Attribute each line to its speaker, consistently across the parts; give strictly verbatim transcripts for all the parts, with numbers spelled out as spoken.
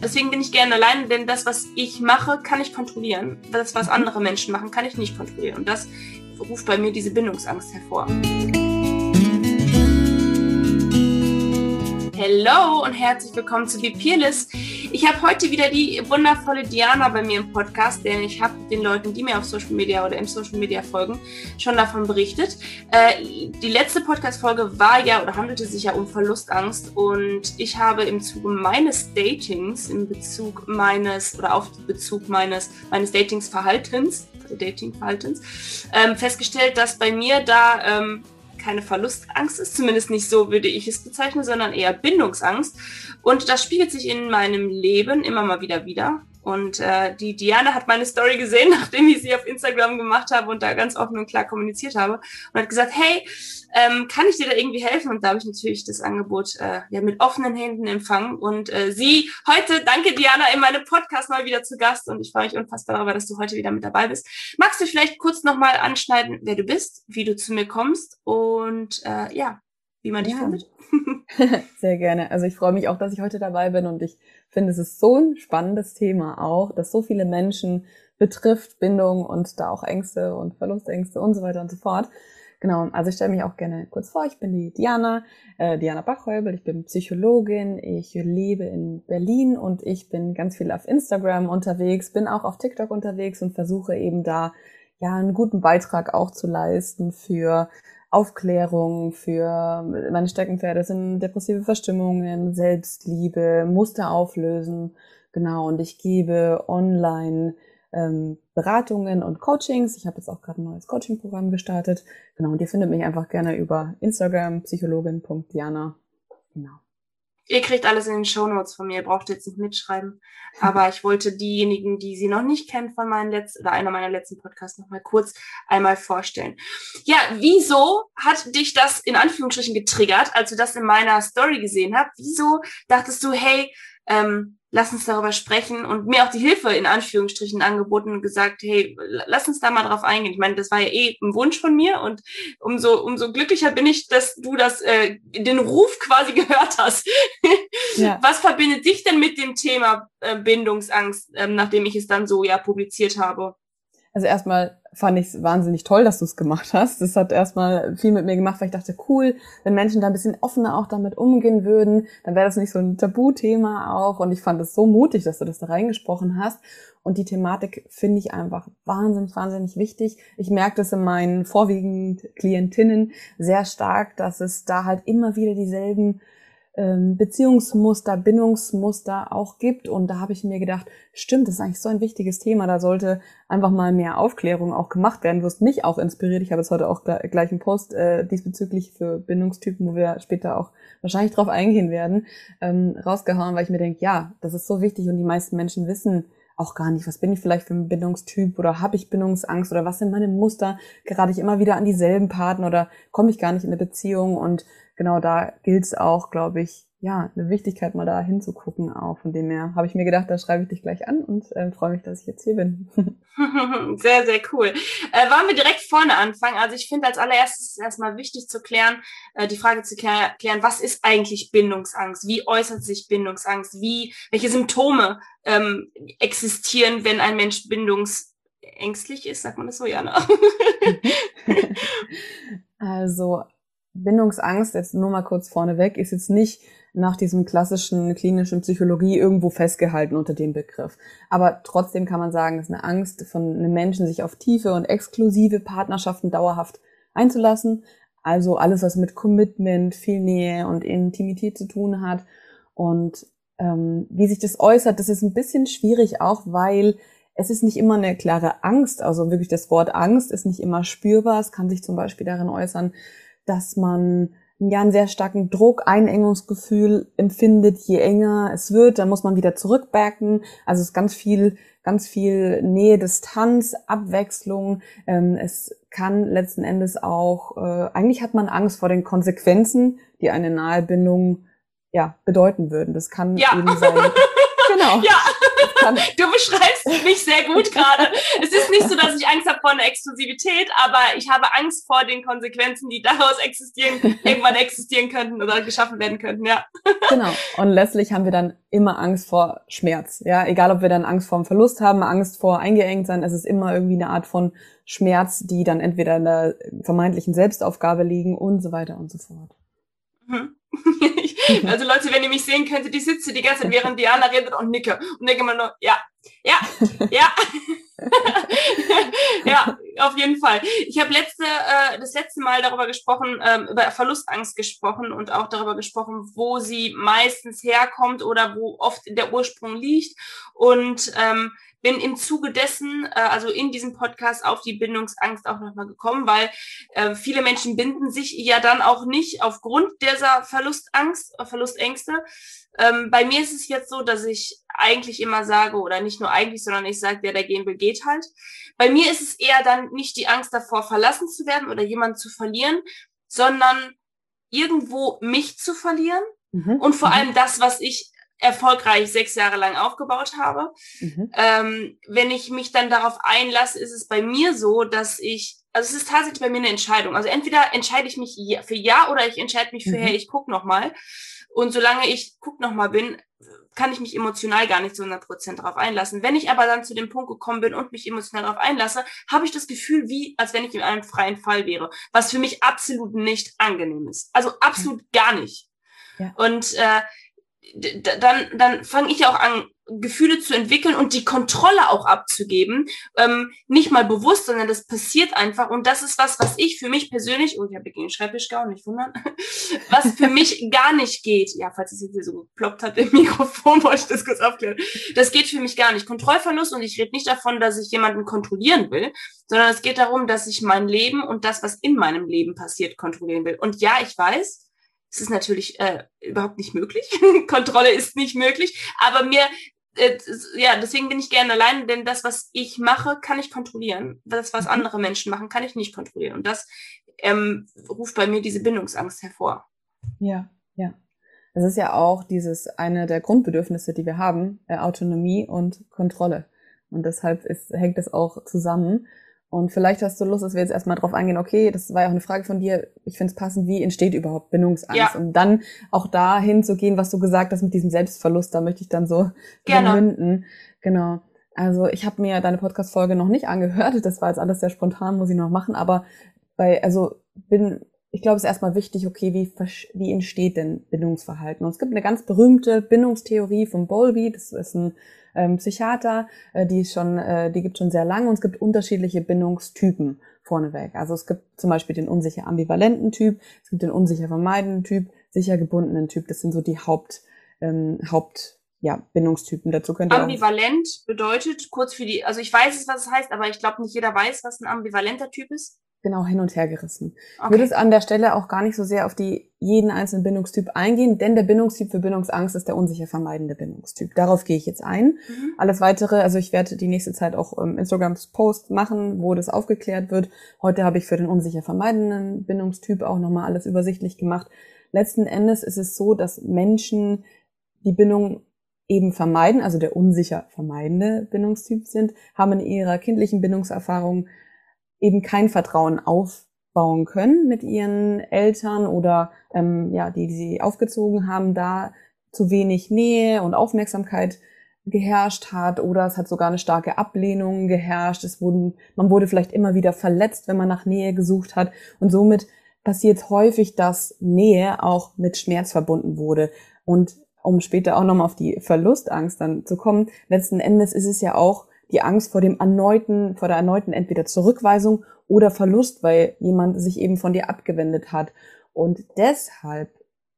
Speaker 1: deswegen bin ich gerne alleine, denn das, was ich mache, kann ich kontrollieren. Das, was andere Menschen machen, kann ich nicht kontrollieren. Und das ruft bei mir diese Bindungsangst hervor. Hallo und herzlich willkommen zu Be Peerless. Ich habe heute wieder die wundervolle Diana bei mir im Podcast, denn ich habe den Leuten, die mir auf Social Media oder im Social Media folgen, schon davon berichtet. Äh, die letzte Podcast-Folge war ja oder handelte sich ja um Verlustangst und ich habe im Zuge meines Datings, im Bezug meines oder auf Bezug meines, meines Datingsverhaltens, Datingverhaltens, ähm, festgestellt, dass bei mir da ähm, keine Verlustangst ist, zumindest nicht so würde ich es bezeichnen, sondern eher Bindungsangst. Und das spiegelt sich in meinem Leben immer mal wieder wieder. Und äh, die Diana hat meine Story gesehen, nachdem ich sie auf Instagram gemacht habe und da ganz offen und klar kommuniziert habe und hat gesagt, hey, ähm, kann ich dir da irgendwie helfen? Und da habe ich natürlich das Angebot äh, ja mit offenen Händen empfangen. Und äh, sie heute, danke Diana, in meinem Podcast mal wieder zu Gast und ich freue mich unfassbar darüber, dass du heute wieder mit dabei bist. Magst du vielleicht kurz nochmal anschneiden, wer du bist, wie du zu mir kommst und äh, ja, wie man dich
Speaker 2: ja.
Speaker 1: findet?
Speaker 2: Sehr gerne. Also ich freue mich auch, dass ich heute dabei bin und ich finde, es ist so ein spannendes Thema auch, das so viele Menschen betrifft, Bindung und da auch Ängste und Verlustängste und so weiter und so fort. Genau, also ich stelle mich auch gerne kurz vor. Ich bin die Diana, äh, Diana Bachhäubel, ich bin Psychologin, ich lebe in Berlin und ich bin ganz viel auf Instagram unterwegs, bin auch auf TikTok unterwegs und versuche eben da ja einen guten Beitrag auch zu leisten für Aufklärung, für meine Steckenpferde sind depressive Verstimmungen, Selbstliebe, Muster auflösen, genau, und ich gebe online ähm, Beratungen und Coachings. Ich habe jetzt auch gerade ein neues Coaching-Programm gestartet, genau, und ihr findet mich einfach gerne über Instagram, psychologin punkt diana, genau.
Speaker 1: Ihr kriegt alles in den Shownotes von mir, ihr braucht jetzt nicht mitschreiben. Aber ich wollte diejenigen, die sie noch nicht kennen von meinen letzten, oder einer meiner letzten Podcasts noch mal kurz einmal vorstellen. Ja, wieso hat dich das in Anführungsstrichen getriggert, als du das in meiner Story gesehen hast? Wieso dachtest du, hey, ähm, lass uns darüber sprechen und mir auch die Hilfe in Anführungsstrichen angeboten und gesagt, hey, lass uns da mal drauf eingehen. Ich meine, das war ja eh ein Wunsch von mir und umso umso glücklicher bin ich, dass du das äh, den Ruf quasi gehört hast. Ja. Was verbindet dich denn mit dem Thema äh, Bindungsangst, ähm, nachdem ich es dann so ja publiziert habe?
Speaker 2: Also erstmal fand ich es wahnsinnig toll, dass du es gemacht hast. Das hat erstmal viel mit mir gemacht, weil ich dachte, cool, wenn Menschen da ein bisschen offener auch damit umgehen würden, dann wäre das nicht so ein Tabuthema auch. Und ich fand es so mutig, dass du das da reingesprochen hast. Und die Thematik finde ich einfach wahnsinnig, wahnsinnig wichtig. Ich merke das in meinen vorwiegend Klientinnen sehr stark, dass es da halt immer wieder dieselben Beziehungsmuster, Bindungsmuster auch gibt. Und da habe ich mir gedacht, stimmt, das ist eigentlich so ein wichtiges Thema. Da sollte einfach mal mehr Aufklärung auch gemacht werden. Du hast mich auch inspiriert. Ich habe jetzt heute auch gleich einen Post äh, diesbezüglich für Bindungstypen, wo wir später auch wahrscheinlich drauf eingehen werden, ähm, rausgehauen, weil ich mir denke, ja, das ist so wichtig und die meisten Menschen wissen auch gar nicht, was bin ich vielleicht für ein Bindungstyp oder habe ich Bindungsangst oder was sind meine Muster? Gerate ich immer wieder an dieselben Partner oder komme ich gar nicht in eine Beziehung? Und genau da gilt es auch, glaube ich, ja, eine Wichtigkeit mal da hinzugucken auch. Von dem her habe ich mir gedacht, da schreibe ich dich gleich an und äh, freue mich, dass ich jetzt hier bin.
Speaker 1: Sehr, sehr cool. Äh, wollen wir direkt vorne anfangen? Also ich finde als allererstes erstmal wichtig zu klären, äh, die Frage zu klär, klären, was ist eigentlich Bindungsangst? Wie äußert sich Bindungsangst? Wie, welche Symptome ähm, existieren, wenn ein Mensch bindungsängstlich ist? Sagt man das so, Jana?
Speaker 2: Also Bindungsangst, jetzt nur mal kurz vorneweg, ist jetzt nicht nach diesem klassischen klinischen Psychologie irgendwo festgehalten unter dem Begriff. Aber trotzdem kann man sagen, es ist eine Angst von einem Menschen, sich auf tiefe und exklusive Partnerschaften dauerhaft einzulassen. Also alles, was mit Commitment, viel Nähe und Intimität zu tun hat. Und ähm, wie sich das äußert, das ist ein bisschen schwierig auch, weil es ist nicht immer eine klare Angst. Also wirklich das Wort Angst ist nicht immer spürbar. Es kann sich zum Beispiel darin äußern, dass man ja einen sehr starken Druck, Einengungsgefühl empfindet, je enger es wird, dann muss man wieder zurückbacken. Also es ist ganz viel, ganz viel Nähe, Distanz, Abwechslung. Ähm, es kann letzten Endes auch, äh, eigentlich hat man Angst vor den Konsequenzen, die eine nahe Bindung ja bedeuten würden. Das kann
Speaker 1: ja.
Speaker 2: eben sein. Genau.
Speaker 1: Ja, du beschreibst mich sehr gut gerade. Es ist nicht so, dass ich Angst habe vor einer Exklusivität, aber ich habe Angst vor den Konsequenzen, die daraus existieren, irgendwann existieren könnten oder geschaffen werden könnten, ja.
Speaker 2: Genau. Und letztlich haben wir dann immer Angst vor Schmerz. Ja, egal ob wir dann Angst vor dem Verlust haben, Angst vor eingeengt sein, es ist immer irgendwie eine Art von Schmerz, die dann entweder in der vermeintlichen Selbstaufgabe liegen und so weiter und so fort.
Speaker 1: Mhm. Also Leute, wenn ihr mich sehen könntet, ich sitze die ganze Zeit, während Diana redet und nicke und denke immer nur, ja, ja, ja. Ja, auf jeden Fall. Ich habe letzte, äh, das letzte Mal darüber gesprochen, ähm, über Verlustangst gesprochen und auch darüber gesprochen, wo sie meistens herkommt oder wo oft der Ursprung liegt. Und ähm, bin im Zuge dessen, äh, also in diesem Podcast, auf die Bindungsangst auch nochmal gekommen, weil äh, viele Menschen binden sich ja dann auch nicht aufgrund dieser Verlustangst, äh, Verlustängste. Ähm, bei mir ist es jetzt so, dass ich eigentlich immer sage, oder nicht nur eigentlich, sondern ich sage, wer da gehen will, geht halt. Bei mir ist es eher dann nicht die Angst davor, verlassen zu werden oder jemanden zu verlieren, sondern irgendwo mich zu verlieren mhm. und vor mhm. allem das, was ich erfolgreich sechs Jahre lang aufgebaut habe. Mhm. Ähm, wenn ich mich dann darauf einlasse, ist es bei mir so, dass ich, also es ist tatsächlich bei mir eine Entscheidung. Also entweder entscheide ich mich für ja oder ich entscheide mich für, mhm. hey, ich guck noch mal. Und solange ich guck noch mal bin, kann ich mich emotional gar nicht zu hundert Prozent darauf einlassen. Wenn ich aber dann zu dem Punkt gekommen bin und mich emotional darauf einlasse, habe ich das Gefühl, wie als wenn ich in einem freien Fall wäre, was für mich absolut nicht angenehm ist. Also absolut ja. gar nicht. Ja. Und äh, dann, dann fange ich auch an, Gefühle zu entwickeln und die Kontrolle auch abzugeben. Ähm, nicht mal bewusst, sondern das passiert einfach. Und das ist was, was ich für mich persönlich, oh, ich habe gegen den Schreibtisch gehauen, nicht wundern, was für mich gar nicht geht. Ja, falls es jetzt hier so geploppt hat im Mikrofon, wollte ich das kurz aufklären. Das geht für mich gar nicht. Kontrollverlust, und ich rede nicht davon, dass ich jemanden kontrollieren will, sondern es geht darum, dass ich mein Leben und das, was in meinem Leben passiert, kontrollieren will. Und ja, ich weiß, es ist natürlich äh, überhaupt nicht möglich. Kontrolle ist nicht möglich. Aber mir, äh, ja, deswegen bin ich gerne allein, denn das, was ich mache, kann ich kontrollieren. Das, was andere Menschen machen, kann ich nicht kontrollieren. Und das ähm, ruft bei mir diese Bindungsangst hervor.
Speaker 2: Ja, ja. Das ist ja auch dieses eine der Grundbedürfnisse, die wir haben, äh, Autonomie und Kontrolle. Und deshalb ist, hängt das auch zusammen. Und vielleicht hast du Lust, dass wir jetzt erstmal drauf eingehen, okay, das war ja auch eine Frage von dir, ich finde es passend, wie entsteht überhaupt Bindungsangst? Ja. Und dann auch dahin zu gehen, was du gesagt hast mit diesem Selbstverlust, da möchte ich dann so münden. Genau. Also ich habe mir deine Podcast-Folge noch nicht angehört, das war jetzt alles sehr spontan, muss ich noch machen, aber bei, also bin, ich glaube, es ist erstmal wichtig, okay, wie, wie entsteht denn Bindungsverhalten? Und es gibt eine ganz berühmte Bindungstheorie von Bowlby, das ist ein ähm, Psychiater, äh, die ist schon, äh, die gibt schon sehr lange, und es gibt unterschiedliche Bindungstypen vorneweg. Also es gibt zum Beispiel den unsicher ambivalenten Typ, es gibt den unsicher vermeidenden Typ, sicher gebundenen Typ. Das sind so die Haupt, ähm, Haupt, ja, Bindungstypen. Dazu könnt ihr
Speaker 1: ambivalent auch bedeutet, kurz für die, also ich weiß es, was es heißt, aber ich glaube nicht jeder weiß, was ein ambivalenter Typ ist.
Speaker 2: Genau, hin und her gerissen. Okay. Ich würde es an der Stelle auch gar nicht so sehr auf die jeden einzelnen Bindungstyp eingehen, denn der Bindungstyp für Bindungsangst ist der unsicher vermeidende Bindungstyp. Darauf gehe ich jetzt ein. Mhm. Alles Weitere, also ich werde die nächste Zeit auch ähm, Instagram-Post machen, wo das aufgeklärt wird. Heute habe ich für den unsicher vermeidenden Bindungstyp auch nochmal alles übersichtlich gemacht. Letzten Endes ist es so, dass Menschen die Bindung eben vermeiden, also der unsicher vermeidende Bindungstyp sind, haben in ihrer kindlichen Bindungserfahrung eben kein Vertrauen aufbauen können mit ihren Eltern oder ähm, ja, die, die sie aufgezogen haben, da zu wenig Nähe und Aufmerksamkeit geherrscht hat, oder es hat sogar eine starke Ablehnung geherrscht. Es wurden, man wurde vielleicht immer wieder verletzt, wenn man nach Nähe gesucht hat, und somit passiert häufig, dass Nähe auch mit Schmerz verbunden wurde. Und um später auch nochmal auf die Verlustangst dann zu kommen, letzten Endes ist es ja auch die Angst vor dem erneuten, vor der erneuten entweder Zurückweisung oder Verlust, weil jemand sich eben von dir abgewendet hat. Und deshalb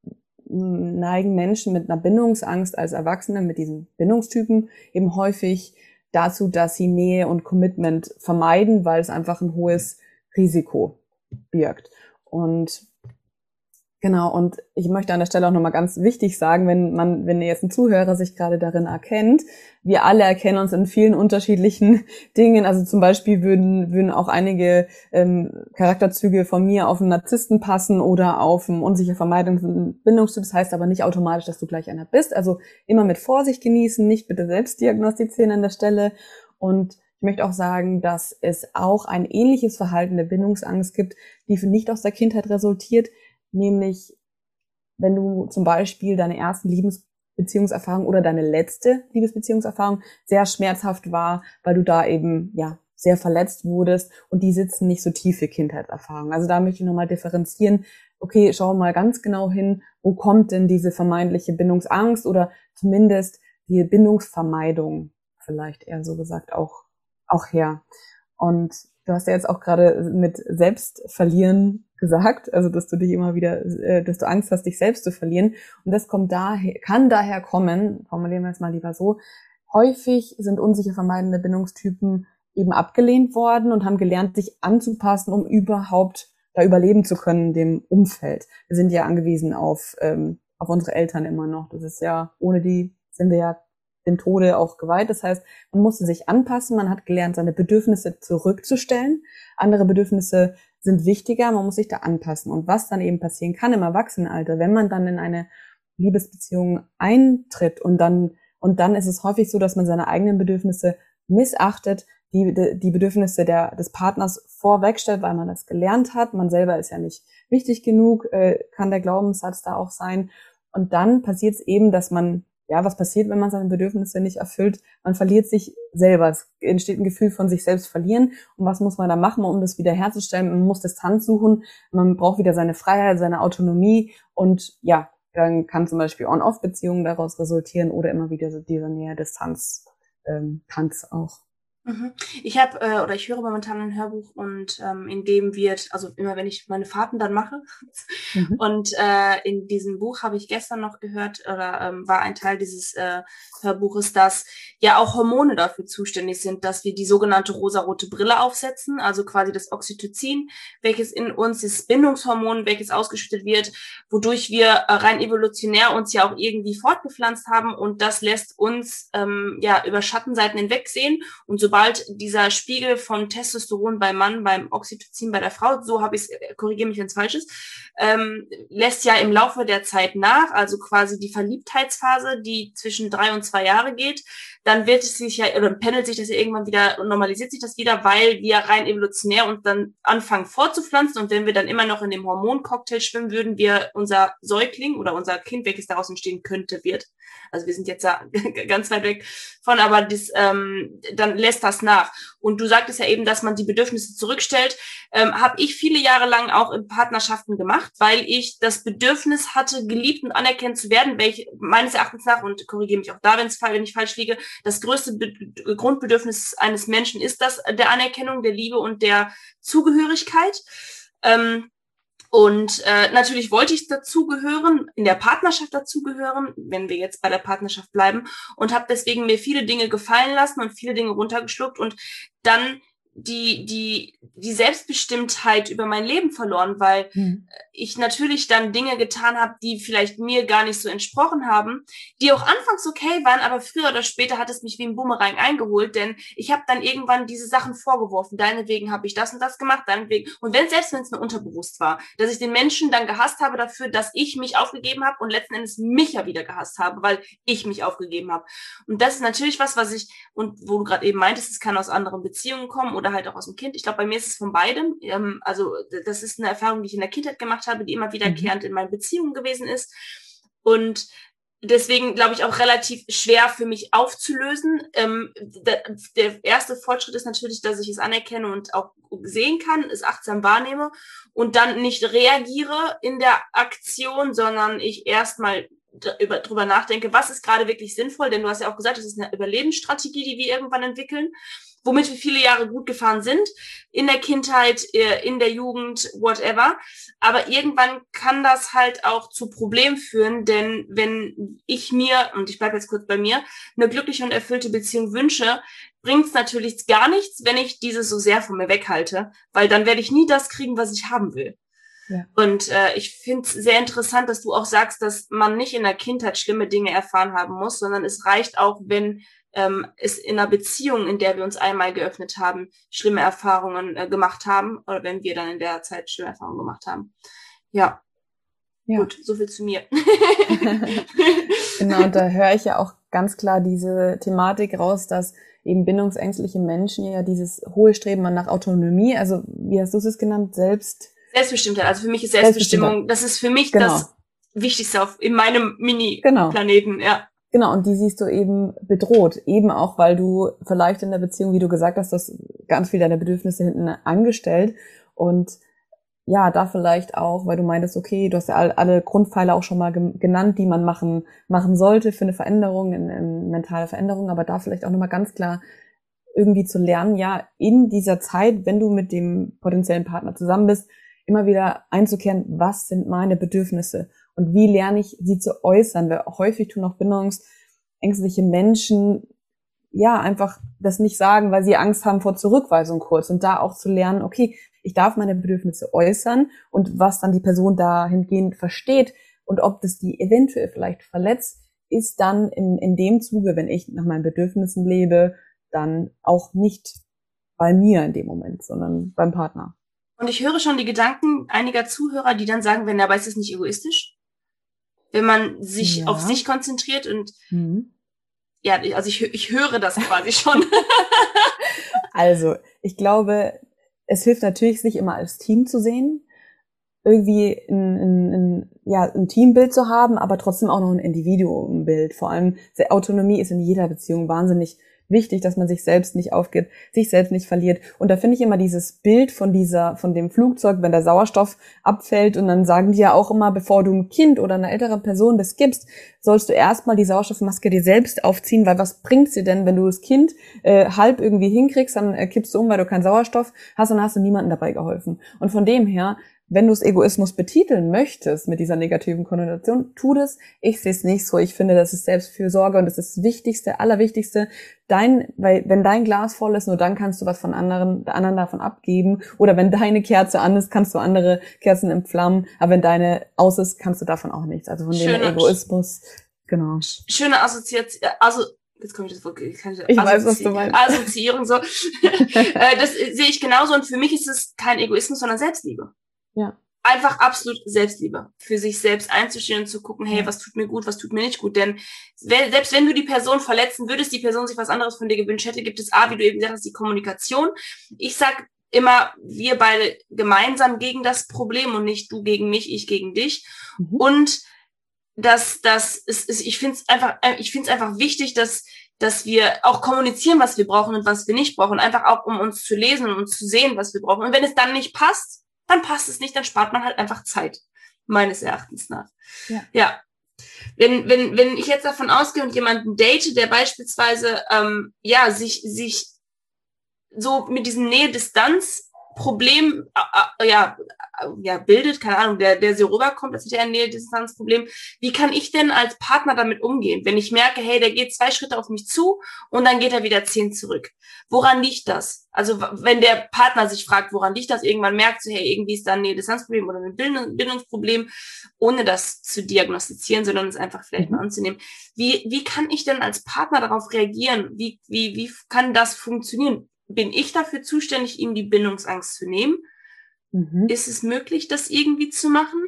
Speaker 2: neigen Menschen mit einer Bindungsangst als Erwachsene, mit diesen Bindungstypen, eben häufig dazu, dass sie Nähe und Commitment vermeiden, weil es einfach ein hohes Risiko birgt. Und Genau, und ich möchte an der Stelle auch nochmal ganz wichtig sagen, wenn man, wenn jetzt ein Zuhörer sich gerade darin erkennt, wir alle erkennen uns in vielen unterschiedlichen Dingen. Also zum Beispiel würden, würden auch einige ähm, Charakterzüge von mir auf einen Narzissten passen oder auf einen unsicher Vermeidungs- und Bindungstyp. Das heißt aber nicht automatisch, dass du gleich einer bist. Also immer mit Vorsicht genießen, nicht bitte selbst diagnostizieren an der Stelle. Und ich möchte auch sagen, dass es auch ein ähnliches Verhalten der Bindungsangst gibt, die nicht aus der Kindheit resultiert. Nämlich, wenn du zum Beispiel deine ersten Liebesbeziehungserfahrung oder deine letzte Liebesbeziehungserfahrung sehr schmerzhaft war, weil du da eben, ja, sehr verletzt wurdest und die sitzen nicht so tief für Kindheitserfahrungen. Also da möchte ich nochmal differenzieren. Okay, schau mal ganz genau hin, wo kommt denn diese vermeintliche Bindungsangst oder zumindest die Bindungsvermeidung, vielleicht eher so gesagt, auch, auch her. Und du hast ja jetzt auch gerade mit Selbstverlieren gesagt, also dass du dich immer wieder, äh, dass du Angst hast, dich selbst zu verlieren. Und das kommt daher, kann daher kommen, formulieren wir es mal lieber so, häufig sind unsicher vermeidende Bindungstypen eben abgelehnt worden und haben gelernt, sich anzupassen, um überhaupt da überleben zu können, dem Umfeld. Wir sind ja angewiesen auf, ähm, auf unsere Eltern immer noch. Das ist ja, ohne die sind wir ja dem Tode auch geweiht. Das heißt, man musste sich anpassen, man hat gelernt, seine Bedürfnisse zurückzustellen. Andere Bedürfnisse sind wichtiger, man muss sich da anpassen. Und was dann eben passieren kann im Erwachsenenalter, wenn man dann in eine Liebesbeziehung eintritt und dann, und dann ist es häufig so, dass man seine eigenen Bedürfnisse missachtet, die, die Bedürfnisse der, des Partners vorwegstellt, weil man das gelernt hat. Man selber ist ja nicht wichtig genug, äh, kann der Glaubenssatz da auch sein. Und dann passiert es eben, dass man Ja, was passiert, wenn man seine Bedürfnisse nicht erfüllt? Man verliert sich selber. Es entsteht ein Gefühl von sich selbst verlieren. Und was muss man da machen, um das wieder herzustellen? Man muss Distanz suchen. Man braucht wieder seine Freiheit, seine Autonomie. Und ja, dann kann zum Beispiel On-Off-Beziehungen daraus resultieren oder immer wieder so diese Nähe-Distanz, ähm, Tanz auch.
Speaker 1: Mhm. Ich habe äh, oder ich höre momentan ein Hörbuch und ähm, in dem wird, also immer wenn ich meine Fahrten dann mache mhm. und äh, in diesem Buch habe ich gestern noch gehört oder ähm, war ein Teil dieses äh, Hörbuches, dass ja auch Hormone dafür zuständig sind, dass wir die sogenannte rosarote Brille aufsetzen, also quasi das Oxytocin, welches in uns, das Bindungshormon, welches ausgeschüttet wird, wodurch wir äh, rein evolutionär uns ja auch irgendwie fortgepflanzt haben und das lässt uns ähm, ja über Schattenseiten hinwegsehen und so sobald dieser Spiegel von Testosteron beim Mann, beim Oxytocin bei der Frau, so habe ich es, korrigiere mich, wenn es falsch ist, ähm, lässt ja im Laufe der Zeit nach, also quasi die Verliebtheitsphase, die zwischen drei und zwei Jahre geht, dann wird es sich ja, oder pendelt sich das ja irgendwann wieder und normalisiert sich das wieder, weil wir rein evolutionär uns dann anfangen fortzupflanzen und wenn wir dann immer noch in dem Hormoncocktail schwimmen, würden wir unser Säugling oder unser Kind, welches daraus entstehen könnte, wird. Also wir sind jetzt da ganz weit weg von, aber das, ähm, dann lässt das nach. Und du sagtest ja eben, dass man die Bedürfnisse zurückstellt. Ähm, habe ich viele Jahre lang auch in Partnerschaften gemacht, weil ich das Bedürfnis hatte, geliebt und anerkannt zu werden, welche meines Erachtens nach, und korrigiere mich auch da, wenn es wenn ich falsch liege, das größte Be- Grundbedürfnis eines Menschen ist das der Anerkennung, der Liebe und der Zugehörigkeit. Ähm, Und äh, natürlich wollte ich dazugehören, in der Partnerschaft dazugehören, wenn wir jetzt bei der Partnerschaft bleiben, und habe deswegen mir viele Dinge gefallen lassen und viele Dinge runtergeschluckt und dann die die die Selbstbestimmtheit über mein Leben verloren, weil mhm. ich natürlich dann Dinge getan habe, die vielleicht mir gar nicht so entsprochen haben, die auch anfangs okay waren, aber früher oder später hat es mich wie ein Bumerang eingeholt, denn ich habe dann irgendwann diese Sachen vorgeworfen. Deinetwegen habe ich das und das gemacht, deinetwegen. Und wenn selbst wenn es nur unterbewusst war, dass ich den Menschen dann gehasst habe dafür, dass ich mich aufgegeben habe und letzten Endes mich ja wieder gehasst habe, weil ich mich aufgegeben habe. Und das ist natürlich was, was ich, und wo du gerade eben meintest, es kann aus anderen Beziehungen kommen oder halt auch aus dem Kind. Ich glaube, bei mir ist es von beidem. Ähm, also das ist eine Erfahrung, die ich in der Kindheit gemacht habe, die immer wiederkehrend mhm. in meinen Beziehungen gewesen ist. Und deswegen, glaube ich, auch relativ schwer für mich aufzulösen. Ähm, der, der erste Fortschritt ist natürlich, dass ich es anerkenne und auch sehen kann, es achtsam wahrnehme und dann nicht reagiere in der Aktion, sondern ich erstmal drüber nachdenke, was ist gerade wirklich sinnvoll, denn du hast ja auch gesagt, das ist eine Überlebensstrategie, die wir irgendwann entwickeln, womit wir viele Jahre gut gefahren sind, in der Kindheit, in der Jugend, whatever. Aber irgendwann kann das halt auch zu Problemen führen, denn wenn ich mir, und ich bleibe jetzt kurz bei mir, eine glückliche und erfüllte Beziehung wünsche, bringt es natürlich gar nichts, wenn ich diese so sehr von mir weghalte, weil dann werde ich nie das kriegen, was ich haben will. Ja. Und äh, ich finde es sehr interessant, dass du auch sagst, dass man nicht in der Kindheit schlimme Dinge erfahren haben muss, sondern es reicht auch, wenn ähm, es in einer Beziehung, in der wir uns einmal geöffnet haben, schlimme Erfahrungen äh, gemacht haben oder wenn wir dann in der Zeit schlimme Erfahrungen gemacht haben. Ja. Ja. Gut, so viel zu mir.
Speaker 2: Genau, und da höre ich ja auch ganz klar diese Thematik raus, dass eben bindungsängstliche Menschen ja dieses hohe Streben nach Autonomie, also wie hast du es genannt, selbst...
Speaker 1: Selbstbestimmtheit, also für mich ist Selbstbestimmung, das ist für mich genau. das Wichtigste auf, in meinem Mini-Planeten, genau. ja.
Speaker 2: Genau, und die siehst du eben bedroht, eben auch, weil du vielleicht in der Beziehung, wie du gesagt hast, du hast ganz viel deine Bedürfnisse hinten angestellt und ja, da vielleicht auch, weil du meintest, okay, du hast ja alle, alle Grundpfeiler auch schon mal genannt, die man machen machen sollte für eine Veränderung, eine, eine mentale Veränderung, aber da vielleicht auch nochmal ganz klar irgendwie zu lernen, ja, in dieser Zeit, wenn du mit dem potenziellen Partner zusammen bist, immer wieder einzukehren, was sind meine Bedürfnisse und wie lerne ich, sie zu äußern, weil häufig tun auch bindungsängstliche Menschen ja einfach das nicht sagen, weil sie Angst haben vor Zurückweisung kurz und da auch zu lernen, okay, ich darf meine Bedürfnisse äußern und was dann die Person dahingehend versteht und ob das die eventuell vielleicht verletzt, ist dann in, in dem Zuge, wenn ich nach meinen Bedürfnissen lebe, dann auch nicht bei mir in dem Moment, sondern beim Partner.
Speaker 1: Und ich höre schon die Gedanken einiger Zuhörer, die dann sagen, wenn aber ist es nicht egoistisch? Wenn man sich ja. auf sich konzentriert und mhm. ja, also ich, ich höre das quasi schon.
Speaker 2: Also, ich glaube, es hilft natürlich, sich immer als Team zu sehen, irgendwie ein, ein, ein, ja, ein Teambild zu haben, aber trotzdem auch noch ein Individuumbild. Vor allem Autonomie ist in jeder Beziehung wahnsinnig wichtig, dass man sich selbst nicht aufgibt, sich selbst nicht verliert. Und da finde ich immer dieses Bild von dieser, von dem Flugzeug, wenn der Sauerstoff abfällt und dann sagen die ja auch immer, bevor du einem Kind oder einer älteren Person das gibst, sollst du erstmal die Sauerstoffmaske dir selbst aufziehen, weil was bringt's dir denn, wenn du das Kind äh, halb irgendwie hinkriegst, dann äh, kippst du um, weil du keinen Sauerstoff hast und dann hast du niemandem dabei geholfen. Und von dem her, wenn du es Egoismus betiteln möchtest mit dieser negativen Konnotation, tu das. Ich sehe es nicht so. Ich finde, das ist Selbstfürsorge und das ist das Wichtigste, Allerwichtigste. Dein, weil wenn dein Glas voll ist, nur dann kannst du was von anderen, anderen davon abgeben. Oder wenn deine Kerze an ist, kannst du andere Kerzen entflammen. Aber wenn deine aus ist, kannst du davon auch nichts. Also von dem Egoismus, genau.
Speaker 1: Schöne Assoziation, also jetzt komme ich das wirklich.
Speaker 2: Ich, ich weiß, was du meinst.
Speaker 1: Assoziierung so. Das sehe ich genauso und für mich ist es kein Egoismus, sondern Selbstliebe.
Speaker 2: Ja.
Speaker 1: Einfach absolut Selbstliebe. Für sich selbst einzustehen und zu gucken, hey, was tut mir gut, was tut mir nicht gut. Denn selbst wenn du die Person verletzen würdest, die Person sich was anderes von dir gewünscht hätte, gibt es A, wie du eben gesagt hast, die Kommunikation. Ich sag immer, wir beide gemeinsam gegen das Problem und nicht du gegen mich, ich gegen dich. Mhm. Und dass das ist, ist ich finde es einfach, ich finde es einfach wichtig, dass dass wir auch kommunizieren, was wir brauchen und was wir nicht brauchen. Einfach auch, um uns zu lesen und uns zu sehen, was wir brauchen. Und wenn es dann nicht passt, dann passt es nicht, dann spart man halt einfach Zeit, meines Erachtens nach. Ja. ja. Wenn, wenn, wenn ich jetzt davon ausgehe und jemanden date, der beispielsweise, ähm, ja, sich, sich so mit diesem Nähe-Distanz-Problem, äh, äh, ja, äh, ja, bildet, keine Ahnung, der, der so rüberkommt, das ist ja ein Nähe-Distanz-Problem. Wie kann ich denn als Partner damit umgehen, wenn ich merke, hey, der geht zwei Schritte auf mich zu und dann geht er wieder zehn zurück? Woran liegt das? Also, wenn der Partner sich fragt, woran liegt das, irgendwann merkt so, hey, irgendwie ist da ein Nähe-Distanz-Problem oder ein Bindungsproblem, ohne das zu diagnostizieren, sondern es einfach vielleicht mhm. mal anzunehmen. Wie, wie kann ich denn als Partner darauf reagieren? Wie, wie, wie kann das funktionieren? Bin ich dafür zuständig, ihm die Bindungsangst zu nehmen? Mhm. Ist es möglich, das irgendwie zu machen?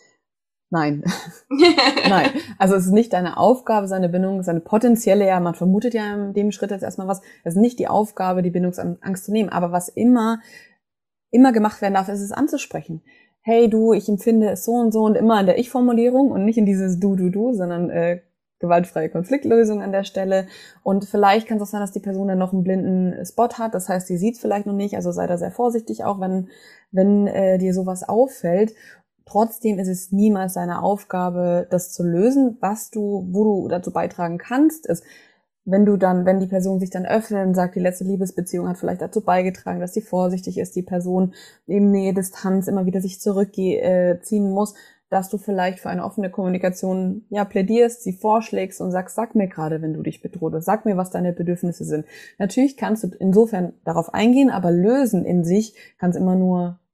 Speaker 2: Nein. Nein. Also es ist nicht deine Aufgabe, seine Bindung, seine potenzielle, ja, man vermutet ja in dem Schritt jetzt erstmal was, es ist nicht die Aufgabe, die Bindungsangst zu nehmen. Aber was immer, immer gemacht werden darf, ist es anzusprechen. Hey du, ich empfinde es so und so und immer in der Ich-Formulierung und nicht in dieses Du, Du, Du, sondern äh, gewaltfreie Konfliktlösung an der Stelle. Und vielleicht kann es auch sein, dass die Person dann noch einen blinden Spot hat. Das heißt, die sieht es vielleicht noch nicht. Also sei da sehr vorsichtig auch, wenn, wenn äh, dir sowas auffällt. Trotzdem ist es niemals deine Aufgabe, das zu lösen. Was du, wo du dazu beitragen kannst, ist, wenn du dann, wenn die Person sich dann öffnet und sagt, die letzte Liebesbeziehung hat vielleicht dazu beigetragen, dass sie vorsichtig ist, die Person eben Nähe, Distanz immer wieder sich zurückziehen muss, dass du vielleicht für eine offene Kommunikation ja plädierst, sie vorschlägst und sagst, sag mir gerade, wenn du dich bedroht hast, sag mir, was deine Bedürfnisse sind. Natürlich kannst du insofern darauf eingehen, aber lösen in sich kann es immer nur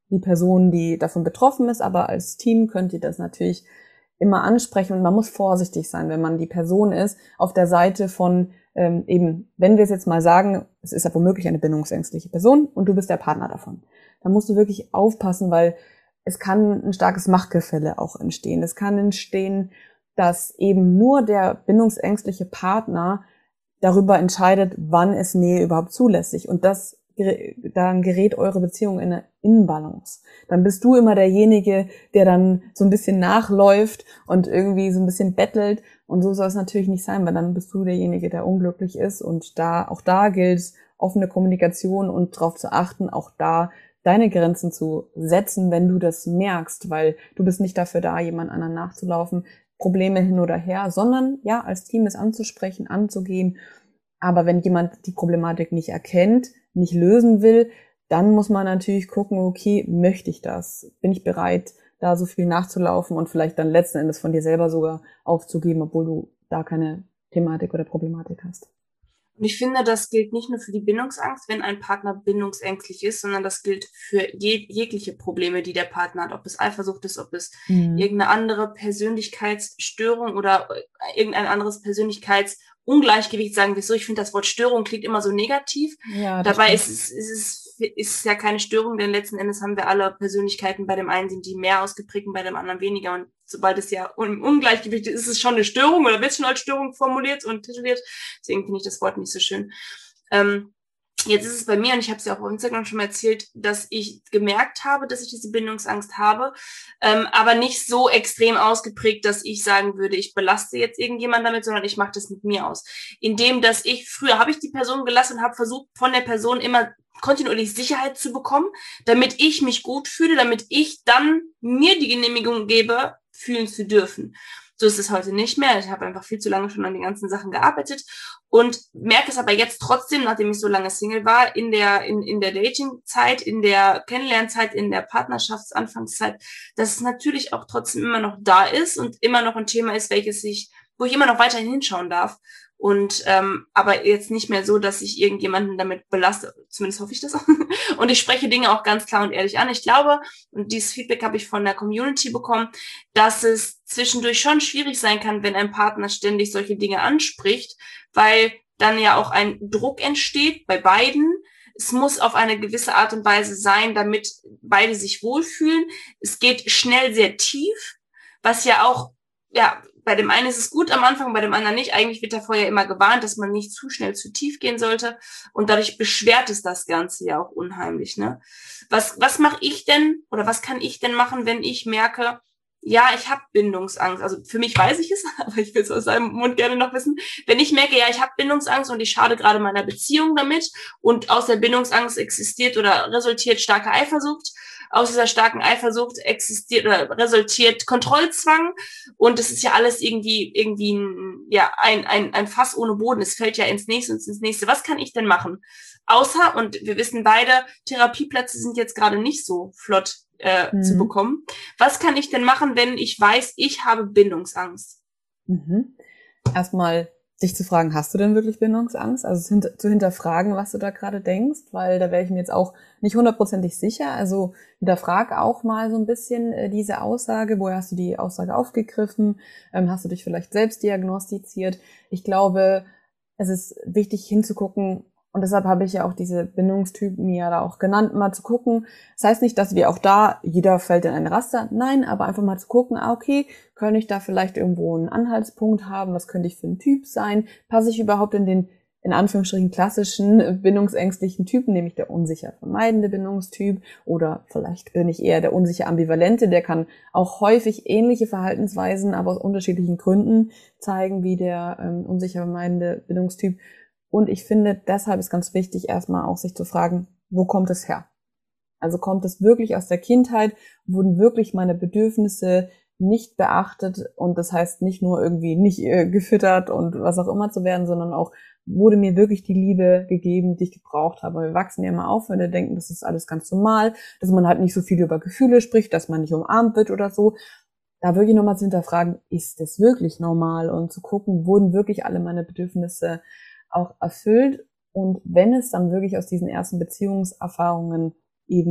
Speaker 2: die Person, die davon betroffen ist, aber als Team könnt ihr das natürlich immer ansprechen und man muss vorsichtig sein, wenn man die Person ist, auf der Seite von ähm, eben, wenn wir es jetzt mal sagen, es ist ja womöglich eine bindungsängstliche Person und du bist der Partner davon. Da musst du wirklich aufpassen, weil es kann ein starkes Machtgefälle auch entstehen. Es kann entstehen, dass eben nur der bindungsängstliche Partner darüber entscheidet, wann ist Nähe überhaupt zulässig. Und das, dann gerät eure Beziehung in eine Inbalance. Dann bist du immer derjenige, der dann so ein bisschen nachläuft und irgendwie so ein bisschen bettelt. Und so soll es natürlich nicht sein, weil dann bist du derjenige, der unglücklich ist. Und da, auch da gilt es, offene Kommunikation und darauf zu achten, auch da deine Grenzen zu setzen, wenn du das merkst, weil du bist nicht dafür da, jemand anderen nachzulaufen, Probleme hin oder her, sondern ja, als Team es anzusprechen, anzugehen. Aber wenn jemand die Problematik nicht erkennt, nicht lösen will, dann muss man natürlich gucken, okay, möchte ich das? Bin ich bereit, da so viel nachzulaufen und vielleicht dann letzten Endes von dir selber sogar aufzugeben, obwohl du da keine Thematik oder Problematik hast?
Speaker 1: Und ich finde, das gilt nicht nur für die Bindungsangst, wenn ein Partner bindungsängstlich ist, sondern das gilt für jeg- jegliche Probleme, die der Partner hat. Ob es Eifersucht ist, ob es mhm. irgendeine andere Persönlichkeitsstörung oder irgendein anderes Persönlichkeitsungleichgewicht, sagen wir so. Ich finde, das Wort Störung klingt immer so negativ. Ja, Dabei ist es, ist es ist ja keine Störung, denn letzten Endes haben wir alle Persönlichkeiten. Bei dem einen sind die mehr ausgeprägt und bei dem anderen weniger. Und sobald es ja im Ungleichgewicht ist, ist es schon eine Störung oder wird schon als Störung formuliert und tituliert. Deswegen finde ich das Wort nicht so schön. Ähm, jetzt ist es bei mir, und ich habe es ja auch auf Instagram schon mal erzählt, dass ich gemerkt habe, dass ich diese Bindungsangst habe, ähm, aber nicht so extrem ausgeprägt, dass ich sagen würde, ich belaste jetzt irgendjemand damit, sondern ich mache das mit mir aus. Indem, dass ich, früher habe ich die Person gelassen und habe versucht, von der Person immer kontinuierlich Sicherheit zu bekommen, damit ich mich gut fühle, damit ich dann mir die Genehmigung gebe, fühlen zu dürfen. So ist es heute nicht mehr. Ich habe einfach viel zu lange schon an den ganzen Sachen gearbeitet und merke es aber jetzt trotzdem, nachdem ich so lange Single war, in der in in der Dating-Zeit, in der Kennenlernzeit, in der Partnerschaftsanfangszeit, dass es natürlich auch trotzdem immer noch da ist und immer noch ein Thema ist, welches ich, wo ich immer noch weiterhin hinschauen darf. Und ähm, aber jetzt nicht mehr so, dass ich irgendjemanden damit belaste, zumindest hoffe ich das. Und ich spreche Dinge auch ganz klar und ehrlich an. Ich glaube, und dieses Feedback habe ich von der Community bekommen, dass es zwischendurch schon schwierig sein kann, wenn ein Partner ständig solche Dinge anspricht, weil dann ja auch ein Druck entsteht bei beiden. Es muss auf eine gewisse Art und Weise sein, damit beide sich wohlfühlen. Es geht schnell sehr tief, was ja auch, ja, bei dem einen ist es gut am Anfang, bei dem anderen nicht. Eigentlich wird davor ja immer gewarnt, dass man nicht zu schnell zu tief gehen sollte. Und dadurch beschwert es das Ganze ja auch unheimlich, ne? Was, was mache ich denn oder was kann ich denn machen, wenn ich merke, ja, ich habe Bindungsangst. Also für mich weiß ich es, aber ich will es aus seinem Mund gerne noch wissen. Wenn ich merke, ja, ich habe Bindungsangst und ich schade gerade meiner Beziehung damit und aus der Bindungsangst existiert oder resultiert starke Eifersucht, aus dieser starken Eifersucht existiert oder resultiert Kontrollzwang und es ist ja alles irgendwie irgendwie ein, ja ein, ein, ein Fass ohne Boden. Es fällt ja ins nächste und ins nächste. Was kann ich denn machen? Außer, und wir wissen beide, Therapieplätze sind jetzt gerade nicht so flott äh, mhm. zu bekommen. Was kann ich denn machen, wenn ich weiß, ich habe Bindungsangst?
Speaker 2: Mhm. Erstmal dich zu fragen, hast du denn wirklich Bindungsangst? Also hinter, zu hinterfragen, was du da gerade denkst, weil da wäre ich mir jetzt auch nicht hundertprozentig sicher. Also hinterfrag auch mal so ein bisschen äh, diese Aussage. Woher hast du die Aussage aufgegriffen? Ähm, hast du dich vielleicht selbst diagnostiziert? Ich glaube, es ist wichtig hinzugucken, und deshalb habe ich ja auch diese Bindungstypen ja da auch genannt, mal zu gucken. Das heißt nicht, dass wir auch da, jeder fällt in ein Raster. Nein, aber einfach mal zu gucken, ah, okay, könnte ich da vielleicht irgendwo einen Anhaltspunkt haben? Was könnte ich für ein Typ sein? Passe ich überhaupt in den, in Anführungsstrichen, klassischen bindungsängstlichen Typen, nämlich der unsicher vermeidende Bindungstyp? Oder vielleicht bin ich eher der unsicher ambivalente, der kann auch häufig ähnliche Verhaltensweisen, aber aus unterschiedlichen Gründen zeigen, wie der ähm, unsicher vermeidende Bindungstyp. Und ich finde, deshalb ist ganz wichtig, erstmal auch sich zu fragen, wo kommt es her? Also kommt es wirklich aus der Kindheit? Wurden wirklich meine Bedürfnisse nicht beachtet? Und das heißt nicht nur irgendwie nicht äh, gefüttert und was auch immer zu werden, sondern auch, wurde mir wirklich die Liebe gegeben, die ich gebraucht habe. Wir wachsen ja immer auf, wenn wir denken, das ist alles ganz normal, dass man halt nicht so viel über Gefühle spricht, dass man nicht umarmt wird oder so. Da wirklich nochmal zu hinterfragen, ist das wirklich normal? Und zu gucken, wurden wirklich alle meine Bedürfnisse auch erfüllt, und wenn es dann wirklich aus diesen ersten Beziehungserfahrungen eben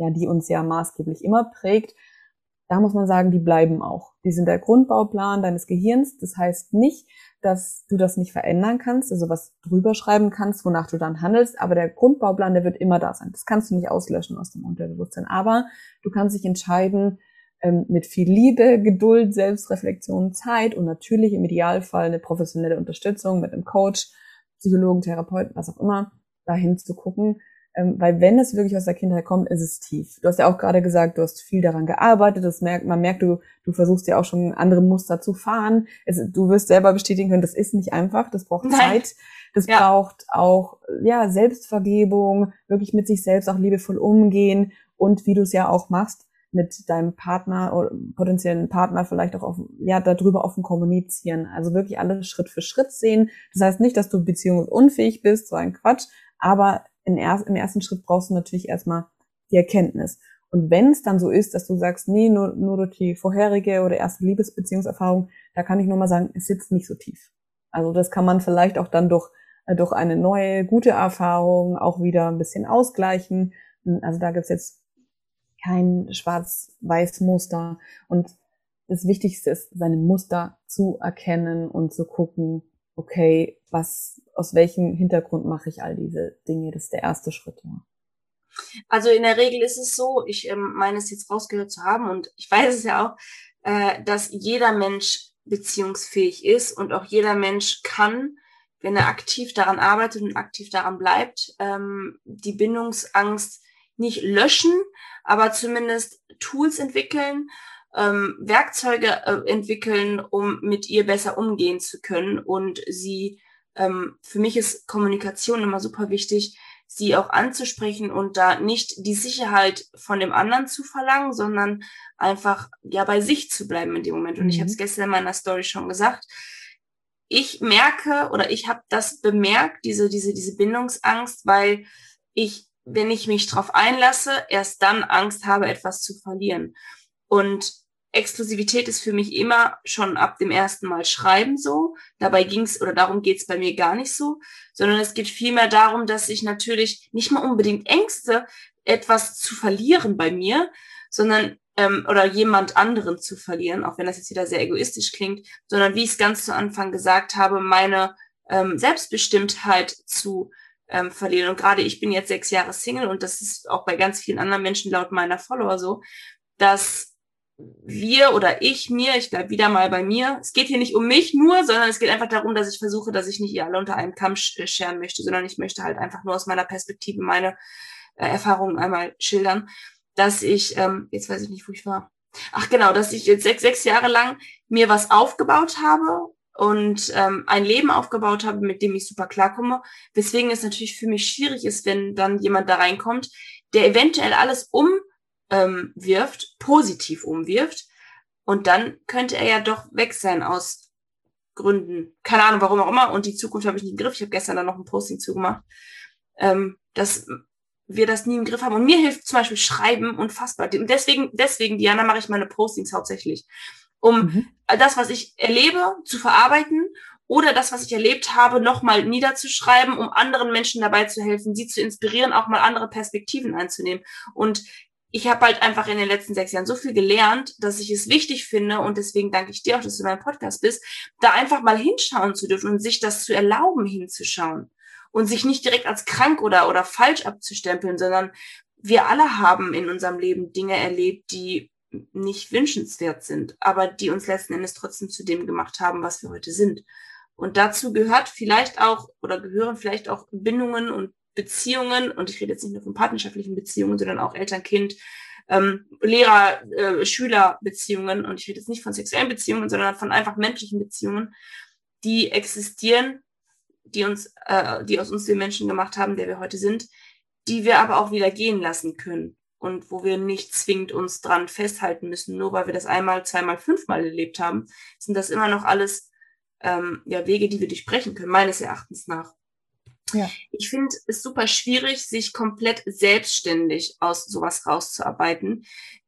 Speaker 2: ja, die uns ja maßgeblich immer prägt, da muss man sagen, die bleiben auch. Die sind der Grundbauplan deines Gehirns. Das heißt nicht, dass du das nicht verändern kannst, also was drüber schreiben kannst, wonach du dann handelst, aber der Grundbauplan, der wird immer da sein. Das kannst du nicht auslöschen aus dem Unterbewusstsein. Aber du kannst dich entscheiden, ähm, mit viel Liebe, Geduld, Selbstreflexion, Zeit und natürlich im Idealfall eine professionelle Unterstützung mit einem Coach, Psychologen, Therapeuten, was auch immer, dahin zu gucken. Ähm, weil wenn es wirklich aus der Kindheit kommt, ist es tief. Du hast ja auch gerade gesagt, du hast viel daran gearbeitet. Das merkt, man merkt, du, du versuchst ja auch schon andere Muster zu fahren. Es, du wirst selber bestätigen können, das ist nicht einfach. Das braucht
Speaker 1: Nein.
Speaker 2: Zeit. Das
Speaker 1: ja.
Speaker 2: braucht auch, ja, Selbstvergebung, wirklich mit sich selbst auch liebevoll umgehen und wie du es ja auch machst, mit deinem Partner oder potenziellen Partner vielleicht auch offen, ja, darüber offen kommunizieren. Also wirklich alles Schritt für Schritt sehen. Das heißt nicht, dass du beziehungsunfähig bist, so ein Quatsch, aber im ersten Schritt brauchst du natürlich erstmal die Erkenntnis. Und wenn es dann so ist, dass du sagst, nee, nur, nur durch die vorherige oder erste Liebesbeziehungserfahrung, da kann ich nur mal sagen, es sitzt nicht so tief. Also das kann man vielleicht auch dann durch, durch eine neue, gute Erfahrung auch wieder ein bisschen ausgleichen. Also da gibt's jetzt kein Schwarz-Weiß-Muster. Und das Wichtigste ist, seine Muster zu erkennen und zu gucken, okay, was, aus welchem Hintergrund mache ich all diese Dinge? Das ist der erste Schritt, ja.
Speaker 1: Also in der Regel ist es so, ich ähm, meine es jetzt rausgehört zu haben und ich weiß es ja auch, äh, dass jeder Mensch beziehungsfähig ist und auch jeder Mensch kann, wenn er aktiv daran arbeitet und aktiv daran bleibt, ähm, die Bindungsangst nicht löschen, aber zumindest Tools entwickeln, ähm, Werkzeuge äh, entwickeln, um mit ihr besser umgehen zu können. Und sie, ähm, für mich ist Kommunikation immer super wichtig, sie auch anzusprechen und da nicht die Sicherheit von dem anderen zu verlangen, sondern einfach ja bei sich zu bleiben in dem Moment. Und mhm. ich habe es gestern in meiner Story schon gesagt. Ich merke oder ich habe das bemerkt, diese diese diese Bindungsangst, weil ich, wenn ich mich drauf einlasse, erst dann Angst habe, etwas zu verlieren. Und Exklusivität ist für mich immer schon ab dem ersten Mal schreiben so. Dabei ging's oder darum geht's bei mir gar nicht so, sondern es geht vielmehr darum, dass ich natürlich nicht mal unbedingt Ängste, etwas zu verlieren bei mir, sondern ähm, oder jemand anderen zu verlieren, auch wenn das jetzt wieder sehr egoistisch klingt, sondern wie ich es ganz zu Anfang gesagt habe, meine ähm, Selbstbestimmtheit zu ähm, verlieren. Und gerade ich bin jetzt sechs Jahre Single und das ist auch bei ganz vielen anderen Menschen laut meiner Follower so, dass wir oder ich mir, ich bleib wieder mal bei mir, es geht hier nicht um mich nur, sondern es geht einfach darum, dass ich versuche, dass ich nicht ihr alle unter einem Kamm scheren möchte, sondern ich möchte halt einfach nur aus meiner Perspektive meine äh, Erfahrungen einmal schildern, dass ich, ähm, jetzt weiß ich nicht, wo ich war, ach genau, dass ich jetzt sechs, sechs Jahre lang mir was aufgebaut habe und ähm, ein Leben aufgebaut habe, mit dem ich super klarkomme, weswegen es natürlich für mich schwierig ist, wenn dann jemand da reinkommt, der eventuell alles um Ähm, wirft, positiv umwirft und dann könnte er ja doch weg sein aus Gründen, keine Ahnung, warum auch immer, und die Zukunft habe ich nicht im Griff. Ich habe gestern dann noch ein Posting zugemacht, ähm, dass wir das nie im Griff haben und mir hilft zum Beispiel Schreiben unfassbar. Deswegen, deswegen, Diana, mache ich meine Postings hauptsächlich, um mhm. das, was ich erlebe, zu verarbeiten oder das, was ich erlebt habe, nochmal niederzuschreiben, um anderen Menschen dabei zu helfen, sie zu inspirieren, auch mal andere Perspektiven einzunehmen. Und ich habe halt einfach in den letzten sechs Jahren so viel gelernt, dass ich es wichtig finde und deswegen danke ich dir auch, dass du in meinem Podcast bist, da einfach mal hinschauen zu dürfen und sich das zu erlauben, hinzuschauen und sich nicht direkt als krank oder oder falsch abzustempeln, sondern wir alle haben in unserem Leben Dinge erlebt, die nicht wünschenswert sind, aber die uns letzten Endes trotzdem zu dem gemacht haben, was wir heute sind. Und dazu gehört vielleicht auch oder gehören vielleicht auch Bindungen und Beziehungen, und ich rede jetzt nicht nur von partnerschaftlichen Beziehungen, sondern auch Eltern-Kind, ähm, Lehrer, äh, Schüler-Beziehungen, und ich rede jetzt nicht von sexuellen Beziehungen, sondern von einfach menschlichen Beziehungen, die existieren, die uns, äh, die aus uns den Menschen gemacht haben, der wir heute sind, die wir aber auch wieder gehen lassen können und wo wir nicht zwingend uns dran festhalten müssen, nur weil wir das einmal, zweimal, fünfmal erlebt haben, sind das immer noch alles ähm, ja Wege, die wir durchbrechen können, meines Erachtens nach. Ja. Ich finde es super schwierig, sich komplett selbstständig aus sowas rauszuarbeiten.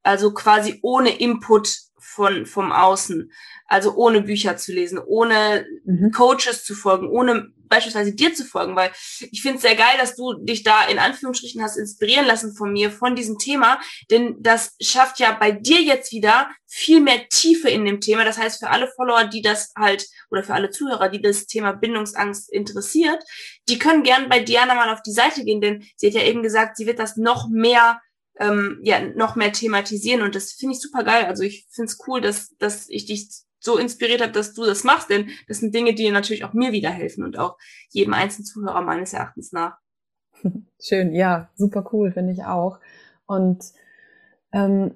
Speaker 1: also quasi ohne Input von vom Außen, also ohne Bücher zu lesen, ohne mhm. Coaches zu folgen, ohne beispielsweise dir zu folgen, weil ich finde es sehr geil, dass du dich da in Anführungsstrichen hast inspirieren lassen von mir, von diesem Thema, denn das schafft ja bei dir jetzt wieder viel mehr Tiefe in dem Thema. Das heißt, für alle Follower, die das halt, oder für alle Zuhörer, die das Thema Bindungsangst interessiert, die können gern bei Diana mal auf die Seite gehen, denn sie hat ja eben gesagt, sie wird das noch mehr ähm, ja, noch mehr thematisieren und das finde ich super geil. Also ich finde es cool, dass, dass ich dich so inspiriert habe, dass du das machst, denn das sind Dinge, die natürlich auch mir wieder helfen und auch jedem einzelnen Zuhörer meines Erachtens nach.
Speaker 2: Schön, ja, super cool, finde ich auch. Und ähm,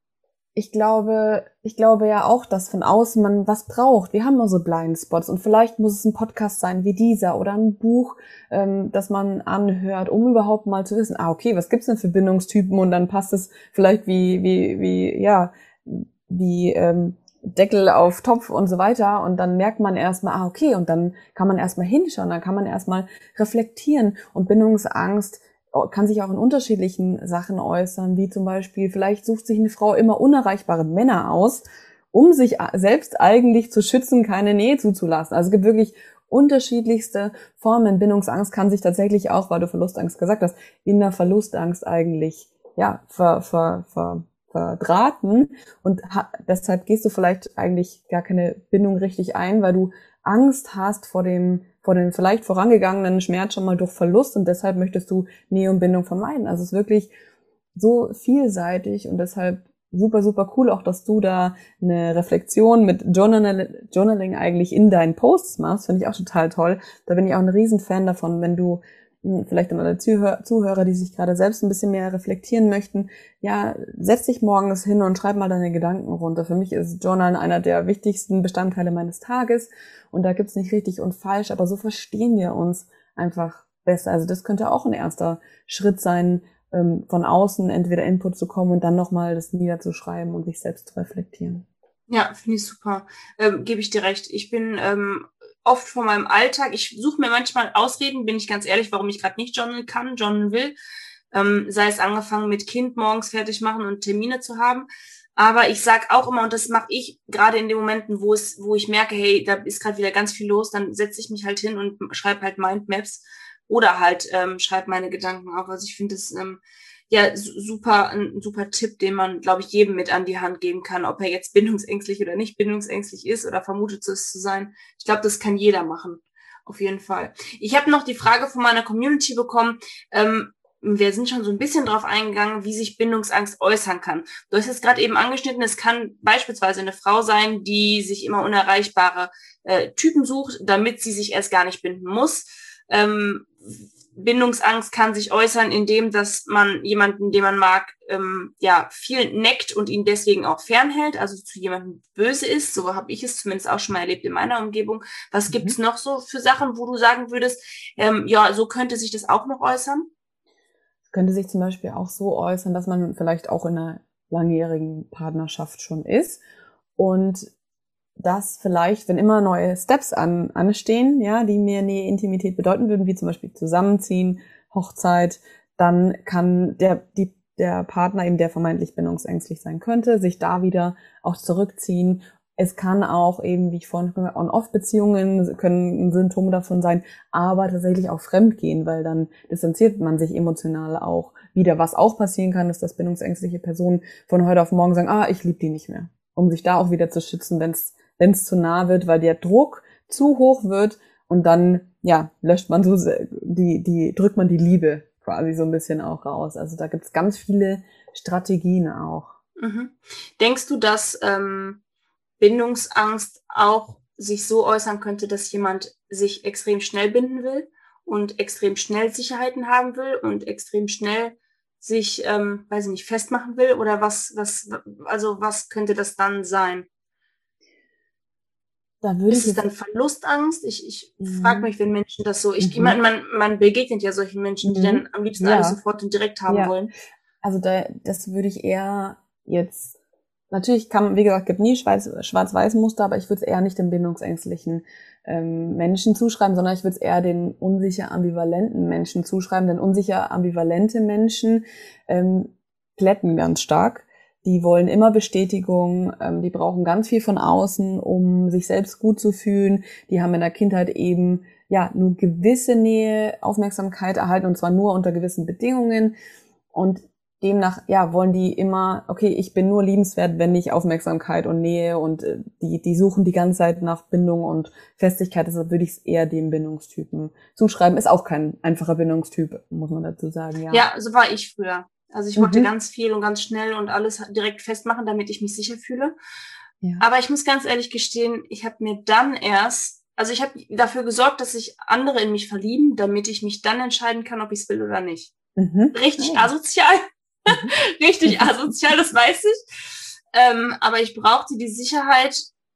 Speaker 2: ich glaube, ich glaube ja auch, dass von außen man was braucht. Wir haben nur so Blindspots und vielleicht muss es ein Podcast sein wie dieser oder ein Buch, ähm, das man anhört, um überhaupt mal zu wissen, ah, okay, was gibt's denn für Bindungstypen und dann passt es vielleicht wie, wie, wie, ja, wie, ähm, Deckel auf Topf und so weiter und dann merkt man erstmal, ah, okay, und dann kann man erstmal hinschauen, dann kann man erstmal reflektieren und Bindungsangst kann sich auch in unterschiedlichen Sachen äußern, wie zum Beispiel, vielleicht sucht sich eine Frau immer unerreichbare Männer aus, um sich selbst eigentlich zu schützen, keine Nähe zuzulassen. Also es gibt wirklich unterschiedlichste Formen. Bindungsangst kann sich tatsächlich auch, weil du Verlustangst gesagt hast, in der Verlustangst eigentlich, ja, ver, ver, ver verdrahten und ha- deshalb gehst du vielleicht eigentlich gar keine Bindung richtig ein, weil du Angst hast vor dem vor dem vielleicht vorangegangenen Schmerz schon mal durch Verlust und deshalb möchtest du Nähe und Bindung vermeiden. Also es ist wirklich so vielseitig und deshalb super, super cool auch, dass du da eine Reflexion mit Journal- Journaling eigentlich in deinen Posts machst, finde ich auch total toll. Da bin ich auch ein riesen Fan davon, wenn du vielleicht an alle Zuhörer, Zuhörer, die sich gerade selbst ein bisschen mehr reflektieren möchten, ja, setz dich morgens hin und schreib mal deine Gedanken runter. Für mich ist Journal einer der wichtigsten Bestandteile meines Tages und da gibt's nicht richtig und falsch, aber so verstehen wir uns einfach besser. Also das könnte auch ein erster Schritt sein, von außen entweder Input zu kommen und dann nochmal das niederzuschreiben und sich selbst zu reflektieren.
Speaker 1: Ja, finde ich super. Ähm, gebe ich dir recht. Ich bin ähm, oft von meinem Alltag, ich suche mir manchmal Ausreden, bin ich ganz ehrlich, warum ich gerade nicht journalen kann, journalen will. Ähm, sei es angefangen mit Kind morgens fertig machen und Termine zu haben. Aber ich sag auch immer, und das mache ich gerade in den Momenten, wo es, wo ich merke, hey, da ist gerade wieder ganz viel los, dann setze ich mich halt hin und schreibe halt Mindmaps oder halt ähm, schreibe meine Gedanken auf. Also ich finde das ähm, ja super, ein super Tipp, den man, glaube ich, jedem mit an die Hand geben kann, ob er jetzt bindungsängstlich oder nicht bindungsängstlich ist oder vermutet es zu sein. Ich glaube, das kann jeder machen. Auf jeden Fall. Ich habe noch die Frage von meiner Community bekommen. Ähm, wir sind schon so ein bisschen drauf eingegangen, wie sich Bindungsangst äußern kann. Du hast jetzt gerade eben angeschnitten, es kann beispielsweise eine Frau sein, die sich immer unerreichbare äh, Typen sucht, damit sie sich erst gar nicht binden muss. Ähm, Bindungsangst kann sich äußern, indem dass man jemanden, den man mag, ähm, ja viel neckt und ihn deswegen auch fernhält, also zu jemandem böse ist. So habe ich es zumindest auch schon mal erlebt in meiner Umgebung. Was mhm. gibt's noch so für Sachen, wo du sagen würdest, ähm, ja, so könnte sich das auch noch äußern?
Speaker 2: Könnte sich zum Beispiel auch so äußern, dass man vielleicht auch in einer langjährigen Partnerschaft schon ist und dass vielleicht, wenn immer neue Steps an, anstehen, ja, die mehr Nähe, Intimität bedeuten würden, wie zum Beispiel Zusammenziehen, Hochzeit, dann kann der, die, der Partner, eben der vermeintlich bindungsängstlich sein könnte, sich da wieder auch zurückziehen. Es kann auch eben, wie ich vorhin gesagt habe, On-Off-Beziehungen können ein Symptom davon sein, aber tatsächlich auch Fremdgehen, weil dann distanziert man sich emotional auch wieder. Was auch passieren kann, ist, dass bindungsängstliche Personen von heute auf morgen sagen, ah, ich liebe die nicht mehr, um sich da auch wieder zu schützen, wenn es wenn es zu nah wird, weil der Druck zu hoch wird und dann, ja, löscht man so die, die, drückt man die Liebe quasi so ein bisschen auch raus. Also da gibt's ganz viele Strategien auch.
Speaker 1: Mhm. Denkst du, dass ähm, Bindungsangst auch sich so äußern könnte, dass jemand sich extrem schnell binden will und extrem schnell Sicherheiten haben will und extrem schnell sich, ähm, weiß ich nicht, festmachen will? Oder was, was, also was könnte das dann sein?
Speaker 2: Da würde
Speaker 1: ist
Speaker 2: ich
Speaker 1: es dann Verlustangst? Ich, ich mhm. frage mich, wenn Menschen das so, ich, mhm. man, man, man begegnet ja solchen Menschen, die mhm. dann am liebsten ja. alles sofort und direkt haben ja. wollen.
Speaker 2: Also da, das würde ich eher jetzt, natürlich kann man, wie gesagt, gibt nie Schwarz-Weiß-Muster, aber ich würde es eher nicht den bindungsängstlichen ähm, Menschen zuschreiben, sondern ich würde es eher den unsicher ambivalenten Menschen zuschreiben, denn unsicher ambivalente Menschen ähm, glätten ganz stark. die wollen immer Bestätigung, ähm, die brauchen ganz viel von außen, um sich selbst gut zu fühlen. Die haben in der Kindheit eben ja nur gewisse Nähe, Aufmerksamkeit erhalten und zwar nur unter gewissen Bedingungen. Und demnach ja wollen die immer, okay, ich bin nur liebenswert, wenn ich Aufmerksamkeit und Nähe und äh, die die suchen die ganze Zeit nach Bindung und Festigkeit. Deshalb würde ich es eher dem Bindungstypen zuschreiben. Ist auch kein einfacher Bindungstyp, muss man dazu sagen. Ja,
Speaker 1: ja, so war ich früher. Also ich
Speaker 2: Mhm.
Speaker 1: wollte ganz viel und ganz schnell und alles direkt festmachen, damit ich mich sicher fühle.
Speaker 2: Ja.
Speaker 1: Aber ich muss ganz ehrlich gestehen, ich habe mir dann erst, also ich habe dafür gesorgt, dass sich andere in mich verlieben, damit ich mich dann entscheiden kann, ob ich es will oder nicht.
Speaker 2: Mhm.
Speaker 1: Richtig
Speaker 2: Ah, ja.
Speaker 1: asozial. Mhm. Richtig asozial, das weiß ich. Ähm, aber ich brauchte die Sicherheit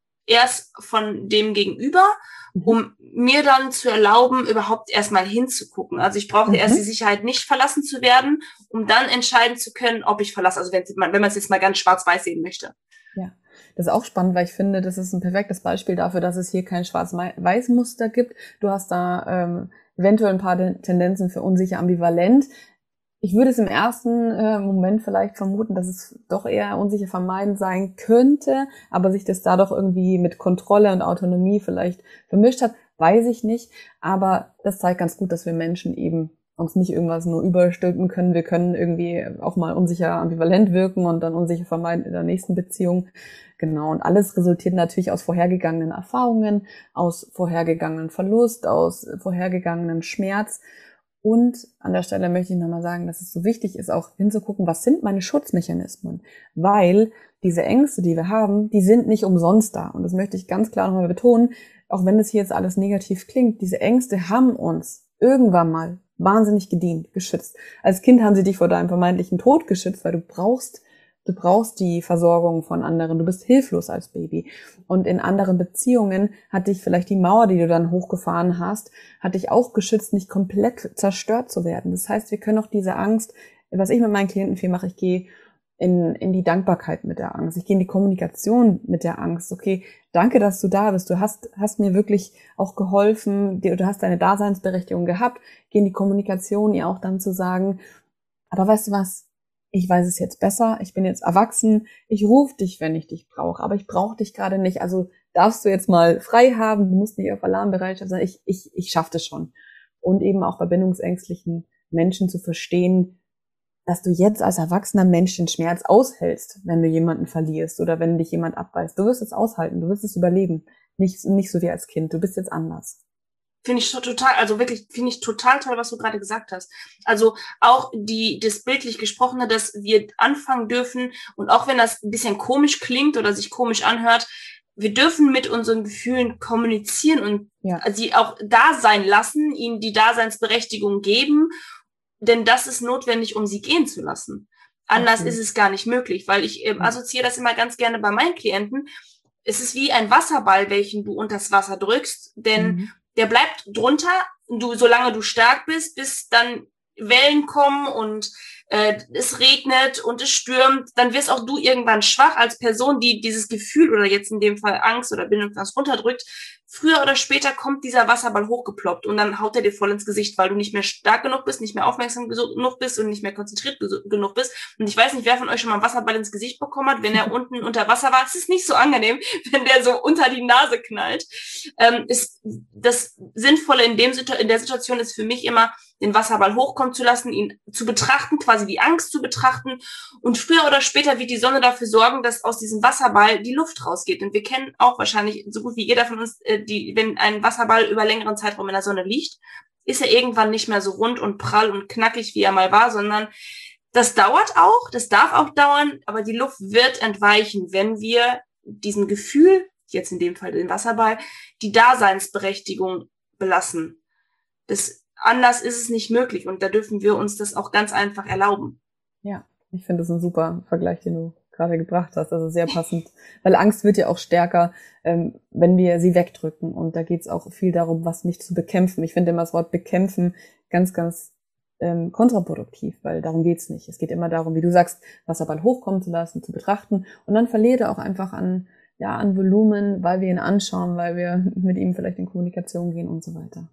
Speaker 1: erst von dem Gegenüber, um mir dann zu erlauben, überhaupt erstmal hinzugucken. Also ich brauchte
Speaker 2: Mhm.
Speaker 1: erst die Sicherheit, nicht verlassen zu werden, um dann entscheiden zu können, ob ich verlasse. Also wenn, wenn man es jetzt mal ganz schwarz-weiß sehen möchte.
Speaker 2: Ja, das ist auch spannend, weil ich finde, das ist ein perfektes Beispiel dafür, dass es hier kein Schwarz-Weiß-Muster gibt. Du hast da ähm, eventuell ein paar Tendenzen für unsicher ambivalent. Ich würde es im ersten äh, Moment vielleicht vermuten, dass es doch eher unsicher vermeiden sein könnte, aber sich das da doch irgendwie mit Kontrolle und Autonomie vielleicht vermischt hat, weiß ich nicht. Aber das zeigt ganz gut, dass wir Menschen eben uns nicht irgendwas nur überstülpen können. Wir können irgendwie auch mal unsicher ambivalent wirken und dann unsicher vermeiden in der nächsten Beziehung. Genau. Und alles resultiert natürlich aus vorhergegangenen Erfahrungen, aus vorhergegangenen Verlust, aus vorhergegangenen Schmerz. Und an der Stelle möchte ich nochmal sagen, dass es so wichtig ist, auch hinzugucken, was sind meine Schutzmechanismen? Weil diese Ängste, die wir haben, die sind nicht umsonst da. Und das möchte ich ganz klar nochmal betonen, auch wenn das hier jetzt alles negativ klingt, diese Ängste haben uns irgendwann mal wahnsinnig gedient, geschützt. Als Kind haben sie dich vor deinem vermeintlichen Tod geschützt, weil du brauchst Du brauchst die Versorgung von anderen. Du bist hilflos als Baby. Und in anderen Beziehungen hat dich vielleicht die Mauer, die du dann hochgefahren hast, hat dich auch geschützt, nicht komplett zerstört zu werden. Das heißt, wir können auch diese Angst, was ich mit meinen Klienten viel mache, ich gehe in, in die Dankbarkeit mit der Angst. Ich gehe in die Kommunikation mit der Angst. Okay, danke, dass du da bist. Du hast, hast mir wirklich auch geholfen. Du hast deine Daseinsberechtigung gehabt. Geh in die Kommunikation, ihr auch dann zu sagen, aber weißt du was? Ich weiß es jetzt besser, ich bin jetzt erwachsen, ich rufe dich, wenn ich dich brauche, aber ich brauche dich gerade nicht, also darfst du jetzt mal frei haben, du musst nicht auf Alarmbereitschaft sein, ich, ich, ich schaffe das schon. Und eben auch bei bindungsängstlichen Menschen zu verstehen, dass du jetzt als erwachsener Mensch den Schmerz aushältst, wenn du jemanden verlierst oder wenn dich jemand abbeißt. Du wirst es aushalten, du wirst es überleben, nicht, nicht so wie als Kind, du bist jetzt anders.
Speaker 1: Finde ich total, also wirklich, finde ich total toll, was du gerade gesagt hast. Also auch die, das bildlich Gesprochene, dass wir anfangen dürfen, und auch wenn das ein bisschen komisch klingt oder sich komisch anhört, wir dürfen mit unseren Gefühlen kommunizieren und ja. sie auch da sein lassen, ihnen die Daseinsberechtigung geben, denn das ist notwendig, um sie gehen zu lassen. Anders okay. ist es gar nicht möglich, weil ich ähm, assoziiere das immer ganz gerne bei meinen Klienten. Es ist wie ein Wasserball, welchen du unters Wasser drückst, denn mhm. der bleibt drunter, du, solange du stark bist, bis dann Wellen kommen und äh, es regnet und es stürmt, dann wirst auch du irgendwann schwach als Person, die dieses Gefühl oder jetzt in dem Fall Angst oder Bindungsangst runterdrückt. Früher oder später kommt dieser Wasserball hochgeploppt und dann haut er dir voll ins Gesicht, weil du nicht mehr stark genug bist, nicht mehr aufmerksam genug bist und nicht mehr konzentriert genug bist. Und ich weiß nicht, wer von euch schon mal einen Wasserball ins Gesicht bekommen hat, wenn er unten unter Wasser war. Es ist nicht so angenehm, wenn der so unter die Nase knallt. Ähm, ist das Sinnvolle in dem in der Situation ist für mich immer, den Wasserball hochkommen zu lassen, ihn zu betrachten, quasi die Angst zu betrachten. Und früher oder später wird die Sonne dafür sorgen, dass aus diesem Wasserball die Luft rausgeht. Und wir kennen auch wahrscheinlich so gut wie jeder von uns, äh, die, wenn ein Wasserball über längeren Zeitraum in der Sonne liegt, ist er irgendwann nicht mehr so rund und prall und knackig, wie er mal war, sondern das dauert auch, das darf auch dauern, aber die Luft wird entweichen, wenn wir diesem Gefühl, jetzt in dem Fall den Wasserball, die Daseinsberechtigung belassen. Das Anders ist es nicht möglich und da dürfen wir uns das auch ganz einfach erlauben.
Speaker 2: Ja, ich finde das ein super Vergleich, den du gerade gebracht hast, also sehr passend, weil Angst wird ja auch stärker, ähm, wenn wir sie wegdrücken und da geht es auch viel darum, was nicht zu bekämpfen. Ich finde immer das Wort bekämpfen ganz, ganz ähm, kontraproduktiv, weil darum geht's nicht. Es geht immer darum, wie du sagst, Wasserball hochkommen zu lassen, zu betrachten und dann verliert er auch einfach an, ja, an Volumen, weil wir ihn anschauen, weil wir mit ihm vielleicht in Kommunikation gehen und so weiter.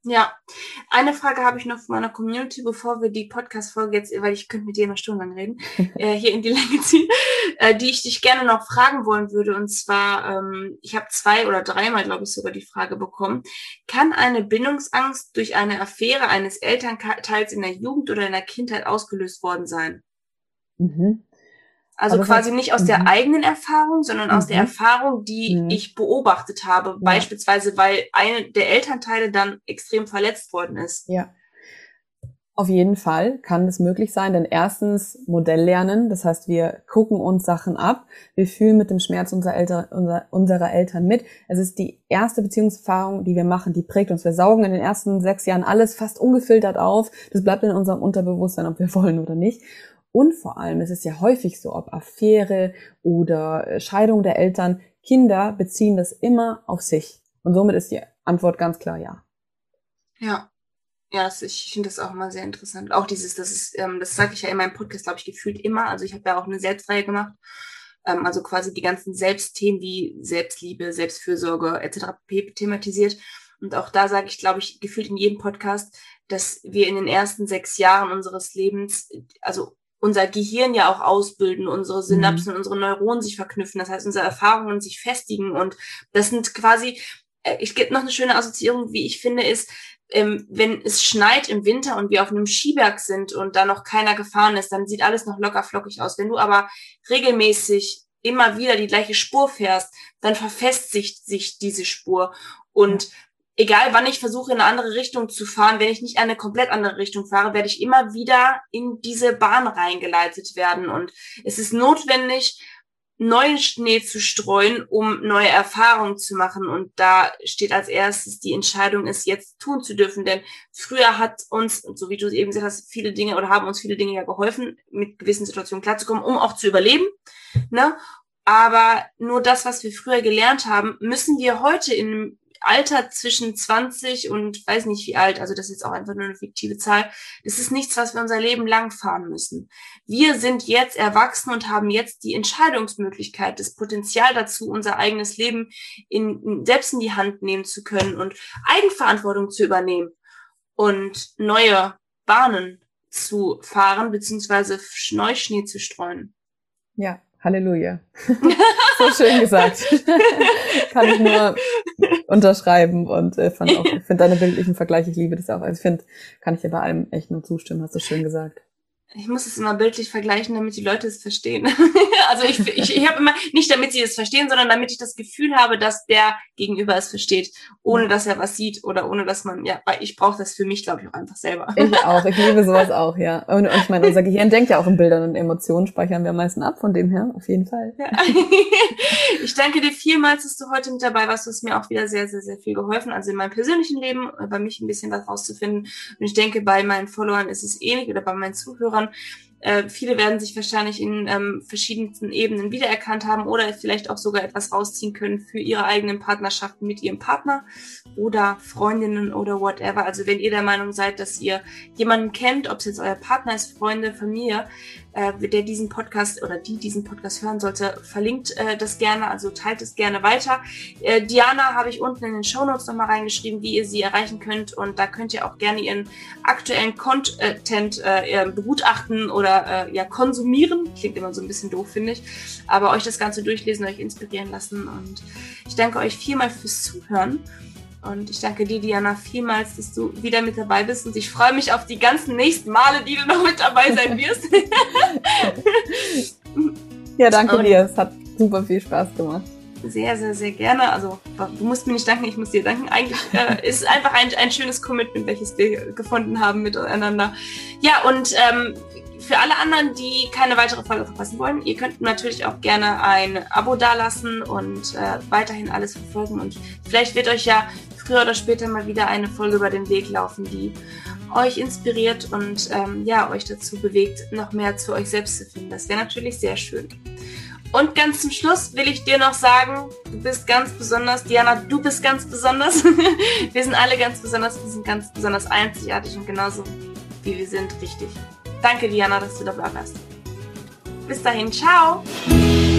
Speaker 1: Ja, eine Frage habe ich noch von meiner Community, bevor wir die Podcast-Folge jetzt, weil ich könnte mit dir immer stundenlang reden, äh, hier in die Länge ziehen, äh, die ich dich gerne noch fragen wollen würde. Und zwar, ähm, ich habe zwei oder dreimal, glaube ich, sogar die Frage bekommen, kann eine Bindungsangst durch eine Affäre eines Elternteils in der Jugend oder in der Kindheit ausgelöst worden sein?
Speaker 2: Mhm.
Speaker 1: Also
Speaker 2: Aber
Speaker 1: quasi
Speaker 2: das-
Speaker 1: nicht aus
Speaker 2: mhm.
Speaker 1: der eigenen Erfahrung, sondern aus
Speaker 2: Mhm.
Speaker 1: der Erfahrung, die
Speaker 2: Mhm.
Speaker 1: ich beobachtet habe.
Speaker 2: Ja.
Speaker 1: Beispielsweise, weil eine der Elternteile dann extrem verletzt worden ist.
Speaker 2: Ja. Auf jeden Fall kann es möglich sein, denn erstens Modell lernen, das heißt, wir gucken uns Sachen ab, wir fühlen mit dem Schmerz unserer Eltern, unserer, unserer Eltern mit. Es ist die erste Beziehungserfahrung, die wir machen, die prägt uns. Wir saugen in den ersten sechs Jahren alles fast ungefiltert auf. Das bleibt in unserem Unterbewusstsein, ob wir wollen oder nicht. Und vor allem ist es ja häufig so, ob Affäre oder Scheidung der Eltern, Kinder beziehen das immer auf sich. Und somit ist die Antwort ganz klar ja.
Speaker 1: Ja. Ja, das, ich finde das auch immer sehr interessant. Auch dieses, das ist, ähm, das sage ich ja in meinem Podcast, glaube ich, gefühlt immer. Also ich habe ja auch eine Selbstreihe gemacht. Ähm, also quasi die ganzen Selbstthemen wie Selbstliebe, Selbstfürsorge et cetera thematisiert. Und auch da sage ich, glaube ich, gefühlt in jedem Podcast, dass wir in den ersten sechs Jahren unseres Lebens, also unser Gehirn ja auch ausbilden, unsere Synapsen, mhm. unsere Neuronen sich verknüpfen. Das heißt, unsere Erfahrungen sich festigen. Und das sind quasi, äh, ich gebe noch eine schöne Assoziierung, wie ich finde, ist, ähm, wenn es schneit im Winter und wir auf einem Skiberg sind und da noch keiner gefahren ist, dann sieht alles noch locker flockig aus. Wenn du aber regelmäßig immer wieder die gleiche Spur fährst, dann verfestigt sich diese Spur. Und egal wann ich versuche, in eine andere Richtung zu fahren, wenn ich nicht in eine komplett andere Richtung fahre, werde ich immer wieder in diese Bahn reingeleitet werden. Und es ist notwendig, neuen Schnee zu streuen, um neue Erfahrungen zu machen. Und da steht als erstes die Entscheidung, es jetzt tun zu dürfen. Denn früher hat uns, so wie du eben gesagt hast, viele Dinge oder haben uns viele Dinge ja geholfen, mit gewissen Situationen klarzukommen, um auch zu überleben. Ne? Aber nur das, was wir früher gelernt haben, müssen wir heute in einem Alter zwischen zwanzig und weiß nicht wie alt, also das ist jetzt auch einfach nur eine fiktive Zahl, das ist nichts, was wir unser Leben lang fahren müssen. Wir sind jetzt erwachsen und haben jetzt die Entscheidungsmöglichkeit, das Potenzial dazu, unser eigenes Leben in, selbst in die Hand nehmen zu können und Eigenverantwortung zu übernehmen und neue Bahnen zu fahren, beziehungsweise Neuschnee zu streuen.
Speaker 2: Ja, Halleluja. So schön gesagt. Kann ich nur unterschreiben und äh, fand auch, ich finde deine bildlichen Vergleiche, ich liebe das auch. Also ich finde, kann ich dir bei allem echt nur zustimmen, hast du schön gesagt.
Speaker 1: Ich muss es immer bildlich vergleichen, damit die Leute es verstehen. Also ich, ich, ich habe immer, nicht damit sie es verstehen, sondern damit ich das Gefühl habe, dass der Gegenüber es versteht, ohne dass er was sieht oder ohne dass man, ja, weil ich brauche das für mich, glaube ich, auch einfach selber.
Speaker 2: Ich auch, ich liebe sowas auch, ja. Und, und ich meine, unser Gehirn denkt ja auch in Bildern und Emotionen, speichern wir am meisten ab, von dem her, auf jeden Fall.
Speaker 1: Ja. Ich danke dir vielmals, dass du heute mit dabei warst. Du hast mir auch wieder sehr, sehr, sehr viel geholfen, also in meinem persönlichen Leben, bei mich ein bisschen was rauszufinden. Und ich denke, bei meinen Followern ist es ähnlich oder bei meinen Zuhörern. Äh, viele werden sich wahrscheinlich in ähm, verschiedensten Ebenen wiedererkannt haben oder vielleicht auch sogar etwas rausziehen können für ihre eigenen Partnerschaften mit ihrem Partner oder Freundinnen oder whatever. Also wenn ihr der Meinung seid, dass ihr jemanden kennt, ob es jetzt euer Partner ist, Freunde, Familie, äh, der diesen Podcast oder die diesen Podcast hören sollte, verlinkt äh, das gerne, also teilt es gerne weiter. Äh, Diana habe ich unten in den Shownotes nochmal reingeschrieben, wie ihr sie erreichen könnt, und da könnt ihr auch gerne ihren aktuellen Content äh, begutachten oder äh, ja konsumieren. Klingt immer so ein bisschen doof, finde ich, aber euch das Ganze durchlesen, euch inspirieren lassen, und ich danke euch vielmals fürs Zuhören. Und ich danke dir, Diana, vielmals, dass du wieder mit dabei bist. Und ich freue mich auf die ganzen nächsten Male, die du noch mit dabei sein wirst.
Speaker 2: Ja, danke und dir. Es hat super viel Spaß gemacht.
Speaker 1: Sehr, sehr, sehr gerne. Also du musst mir nicht danken, ich muss dir danken. Eigentlich äh, ist es einfach ein, ein schönes Commitment, welches wir gefunden haben miteinander. Ja, und ähm, für alle anderen, die keine weitere Folge verpassen wollen, ihr könnt natürlich auch gerne ein Abo dalassen und äh, weiterhin alles verfolgen. Und vielleicht wird euch ja früher oder später mal wieder eine Folge über den Weg laufen, die euch inspiriert und ähm, ja, euch dazu bewegt, noch mehr zu euch selbst zu finden. Das wäre natürlich sehr schön. Und ganz zum Schluss will ich dir noch sagen, du bist ganz besonders, Diana, du bist ganz besonders. Wir sind alle ganz besonders, wir sind ganz besonders einzigartig und genauso wie wir sind, richtig. Danke, Diana, dass du dabei warst. Bis dahin, ciao!